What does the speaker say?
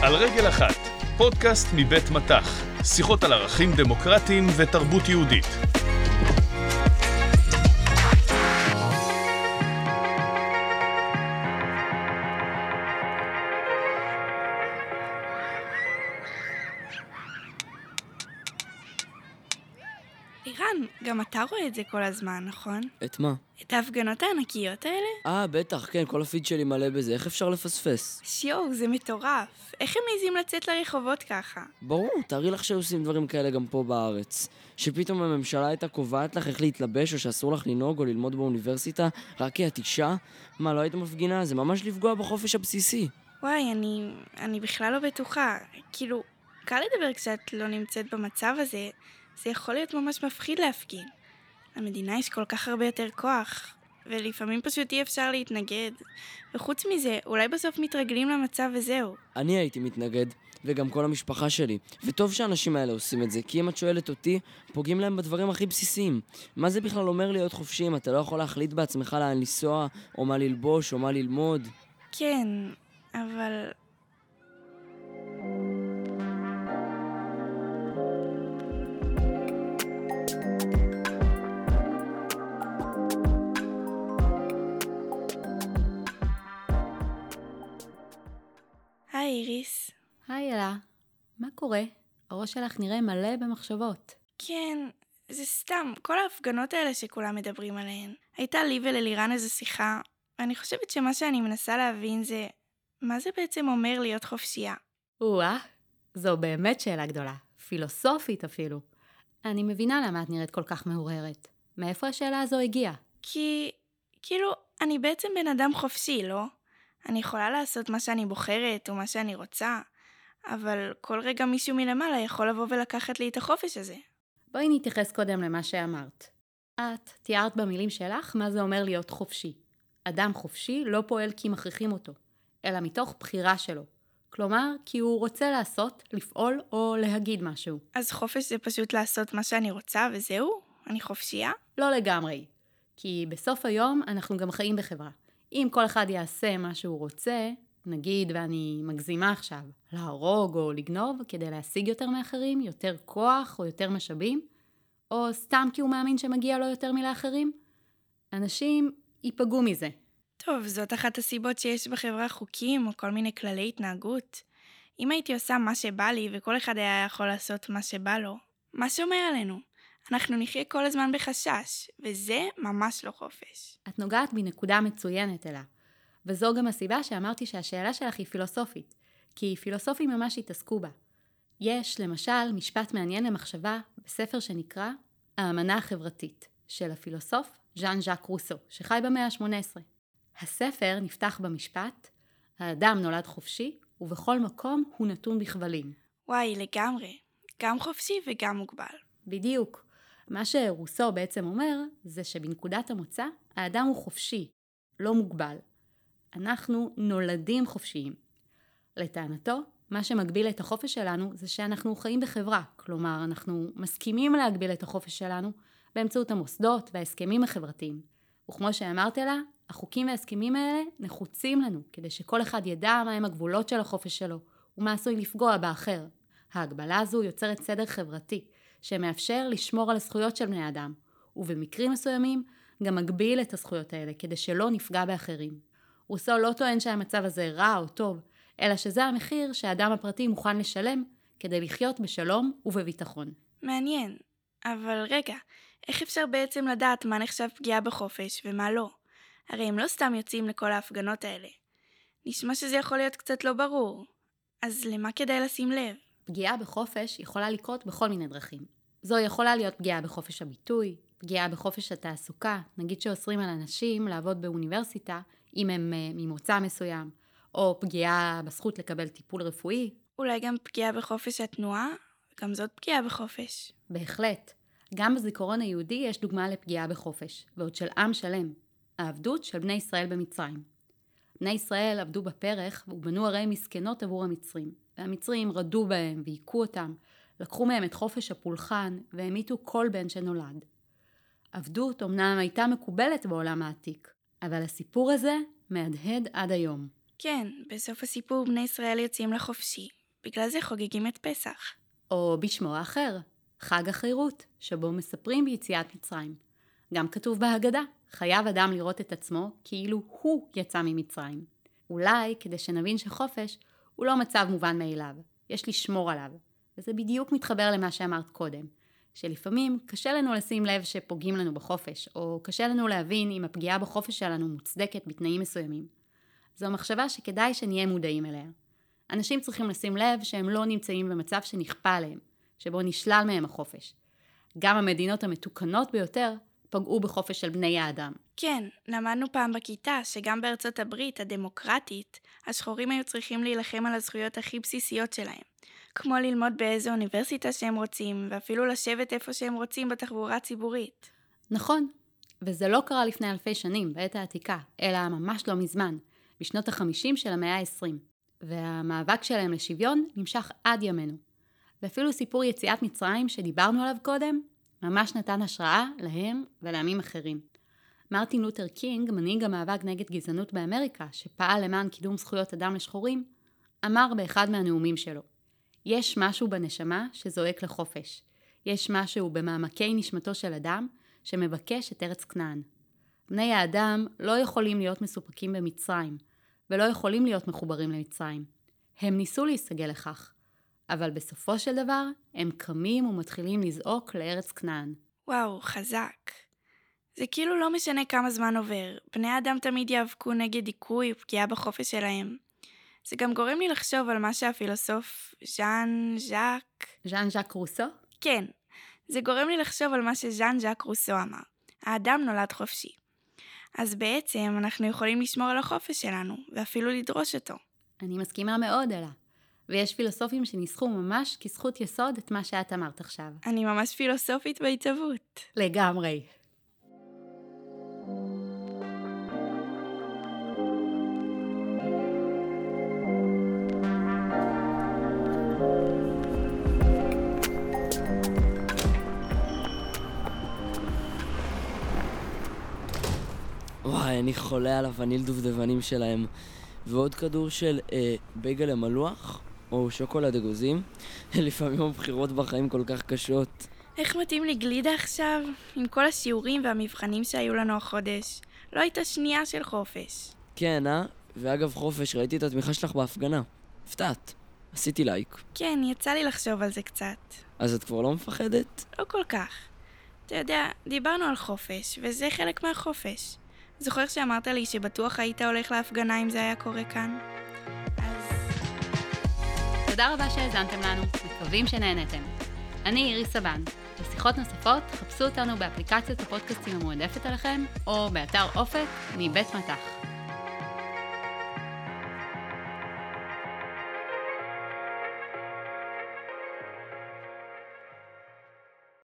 על רגל אחת, פודקאסט מבית מתח, שיחות על ערכים דמוקרטיים ותרבות יהודית. לירן, גם אתה רואה את זה כל הזמן, נכון? את מה? את ההפגנות הענקיות האלה? בטח, כן, כל הפיד שלי מלא בזה, איך אפשר לפספס? שיו, זה מטורף. איך הם מעיזים לצאת לרחובות ככה? ברור, תארי לך שעושים דברים כאלה גם פה בארץ. שפתאום הממשלה הייתה קובעת לך איך להתלבש, או שאסור לך לנהוג או ללמוד באוניברסיטה, רק כי את אישה? מה, לא היית מפגינה? זה ממש לפגוע בחופש הבסיסי. וואי, אני בכלל לא בטוחה. כאילו, קל לדבר קצת לא נמצאת במצב הזה. זה יכול להיות ממש מפחיד להפגין. למדינה יש כל כך הרבה יותר כוח, ולפעמים פשוט אי אפשר להתנגד. וחוץ מזה, אולי בסוף מתרגלים למצב וזהו. אני הייתי מתנגד, וגם כל המשפחה שלי. וטוב שהאנשים האלה עושים את זה, כי אם את שואלת אותי, פוגעים להם בדברים הכי בסיסיים. מה זה בכלל אומר להיות חופשי אם אתה לא יכול להחליט בעצמך לאן לנסוע, או מה ללבוש, או מה ללמוד? כן, אבל... היי איריס. היי אלה, מה קורה? הראש שלך נראה מלא במחשבות. כן, זה סתם, כל ההפגנות האלה שכולם מדברים עליהן. הייתה לי וללירן איזו שיחה, ואני חושבת שמה שאני מנסה להבין זה, מה זה בעצם אומר להיות חופשייה? זו באמת שאלה גדולה, פילוסופית אפילו. אני מבינה למה את נראית כל כך מעוררת. מאיפה השאלה הזו הגיעה? כי, כאילו, אני בעצם בן אדם חופשי, לא? אני יכולה לעשות מה שאני בוחרת או מה שאני רוצה, אבל כל רגע מישהו מלמעלה יכול לבוא ולקחת לי את החופש הזה. בואי נתייחס קודם למה שאמרת. את תיארת במילים שלך מה זה אומר להיות חופשי. אדם חופשי לא פועל כי מכריחים אותו, אלא מתוך בחירה שלו. כלומר, כי הוא רוצה לעשות, לפעול או להגיד משהו. אז חופש זה פשוט לעשות מה שאני רוצה וזהו? אני חופשייה? לא לגמרי. כי בסוף היום אנחנו גם חיים בחברה. אם כל אחד יעשה מה שהוא רוצה, נגיד ואני מגזימה עכשיו, להרוג או לגנוב כדי להשיג יותר מאחרים, יותר כוח או יותר משאבים, או סתם כי הוא מאמין שמגיע לו יותר מלאחרים, אנשים ייפגעו מזה. טוב, זאת אחת הסיבות שיש בחברה חוקים או כל מיני כללי התנהגות. אם הייתי עושה מה שבא לי וכל אחד היה יכול לעשות מה שבא לו, מה שומר עלינו? אנחנו נחיה כל הזמן בחשש, וזה ממש לא חופש. את נוגעת בנקודה מצוינת אלה, וזו גם הסיבה שאמרתי שהשאלה שלך היא פילוסופית, כי פילוסופים ממש התעסקו בה. יש למשל משפט מעניין למחשבה בספר שנקרא האמנה החברתית, של הפילוסוף ז'אן ז'אק רוסו, שחי במאה ה-18. הספר נפתח במשפט, האדם נולד חופשי, ובכל מקום הוא נתון בכבלים. וואי, לגמרי. גם חופשי וגם מוגבל. בדיוק. מה שרוסו בעצם אומר, זה שבנקודת המוצא, האדם הוא חופשי, לא מוגבל. אנחנו נולדים חופשיים. לטענתו, מה שמגביל את החופש שלנו, זה שאנחנו חיים בחברה. כלומר, אנחנו מסכימים להגביל את החופש שלנו, באמצעות המוסדות וההסכמים החברתיים. וכמו שאמרת לה, החוקים וההסכמים האלה נחוצים לנו, כדי שכל אחד ידע מהם הגבולות של החופש שלו, ומה עשוי לפגוע באחר. ההגבלה הזו יוצרת סדר חברתי, שמאפשר לשמור על הזכויות של בני אדם, ובמקרים מסוימים גם מגביל את הזכויות האלה, כדי שלא נפגע באחרים. רוסו לא טוען שהמצב הזה רע או טוב, אלא שזה המחיר שהאדם הפרטי מוכן לשלם, כדי לחיות בשלום ובביטחון. מעניין, אבל רגע, איך אפשר בעצם לדעת מה נחשב פגיעה בחופש ומה לא? הרי הם לא סתם יוצאים לכל ההפגנות האלה. נשמע שזה יכול להיות קצת לא ברור. אז למה כדאי לשים לב? פגיעה בחופש יכולה לקרות בכל מיני דרכים. זו יכולה להיות פגיעה בחופש הביטוי, פגיעה בחופש התעסוקה, נגיד שאוסרים על אנשים לעבוד באוניברסיטה אם הם ממוצא מסוים, או פגיעה בזכות לקבל טיפול רפואי. אולי גם פגיעה בחופש התנועה? גם זאת פגיעה בחופש. בהחלט. גם בזיכרון היהודי יש דוגמה לפגיעה בחופש, ועוד של עם שלם. העבדות של בני ישראל במצרים. בני ישראל עבדו בפרח ובנו ערי מסכנות עבור המצרים. והמצרים רדו בהם והיכו אותם, לקחו מהם את חופש הפולחן והמיתו כל בן שנולד. עבדות אמנם הייתה מקובלת בעולם העתיק, אבל הסיפור הזה מהדהד עד היום. כן, בסוף הסיפור בני ישראל יוצאים לחופשי, בגלל זה חוגגים את פסח. או בשמו האחר, חג החירות, שבו מספרים ביציאת מצרים. גם כתוב בהגדה, חייב אדם לראות את עצמו כאילו הוא יצא ממצרים. אולי כדי שנבין שחופש הוא לא מצב מובן מאליו, יש לשמור עליו. וזה בדיוק מתחבר למה שאמרת קודם, שלפעמים קשה לנו לשים לב שפוגעים לנו בחופש, או קשה לנו להבין אם הפגיעה בחופש שלנו מוצדקת בתנאים מסוימים. זו מחשבה שכדאי שנהיה מודעים אליה. אנשים צריכים לשים לב שהם לא נמצאים במצב שנכפה עליהם, שבו נשלל מהם החופש. גם המדינות המתוקנות ביותר פגעו בחופש של בני האדם. כן, למדנו פעם בכיתה שגם בארצות הברית הדמוקרטית, השחורים היו צריכים להילחם על הזכויות הכי בסיסיות שלהם. כמו ללמוד באיזו אוניברסיטה שהם רוצים, ואפילו לשבת איפה שהם רוצים בתחבורה הציבורית. נכון, וזה לא קרה לפני אלפי שנים בעת העתיקה, אלא ממש לא מזמן, בשנות ה-50 של המאה ה-20. והמאבק שלהם לשוויון נמשך עד ימינו. ואפילו סיפור יציאת מצרים שדיברנו עליו קודם, ממש נתן השראה להם ולעמים אחרים. מרטין לותר קינג, מנהיג המאבק נגד גזענות באמריקה, שפעל למען קידום זכויות אדם לשחורים, אמר באחד מהנאומים שלו, יש משהו בנשמה שזועק לחופש. יש משהו במעמקי נשמתו של אדם שמבקש את ארץ כנען. בני האדם לא יכולים להיות מסופקים במצרים, ולא יכולים להיות מחוברים למצרים. הם ניסו להסתגל לכך, אבל בסופו של דבר הם קמים ומתחילים לזעוק לארץ כנען. וואו, חזק. זה כאילו לא משנה כמה זמן עובר, בני האדם תמיד יאבקו נגד דיכוי ופגיעה בחופש שלהם. זה גם גורם לי לחשוב על מה שהפילוסוף ז'אן ז'אק רוסו? כן, זה גורם לי לחשוב על מה שז'אן ז'אק רוסו אמר. האדם נולד חופשי. אז בעצם אנחנו יכולים לשמור על החופש שלנו, ואפילו לדרוש אותו. אני מסכימה מאוד אלה. ויש פילוסופים שניסחו ממש כזכות יסוד את מה שאת אמרת עכשיו. אני ממש פילוסופית בהתהוות. לגמרי. וואי, אני חולה על הווניל דובדבנים שלהם. ועוד כדור של בייגלה מלוח, או שוקולד אגוזים. לפעמים הבחירות בחיים כל כך קשות. איך מתאים לי גלידה עכשיו? עם כל השיעורים והמבחנים שהיו לנו החודש. לא הייתה שנייה של חופש. כן, ואגב חופש, ראיתי את התמיכה שלך בהפגנה. הפתעת. עשיתי לייק. כן, יצא לי לחשוב על זה קצת. אז את כבר לא מפחדת? לא כל כך. אתה יודע, דיברנו על חופש, וזה חלק מהחופש. זוכר שאמרת לי שבטוח היית הולך להפגנה אם זה היה קורה כאן? אז... תודה רבה שהאזנתם לנו, מקווים שנהנתם. אני איריס סבן. לשיחות נוספות, חפשו אותנו באפליקציית הפודקאסטים המועדפת עליכם, או באתר אופק מבית מטח.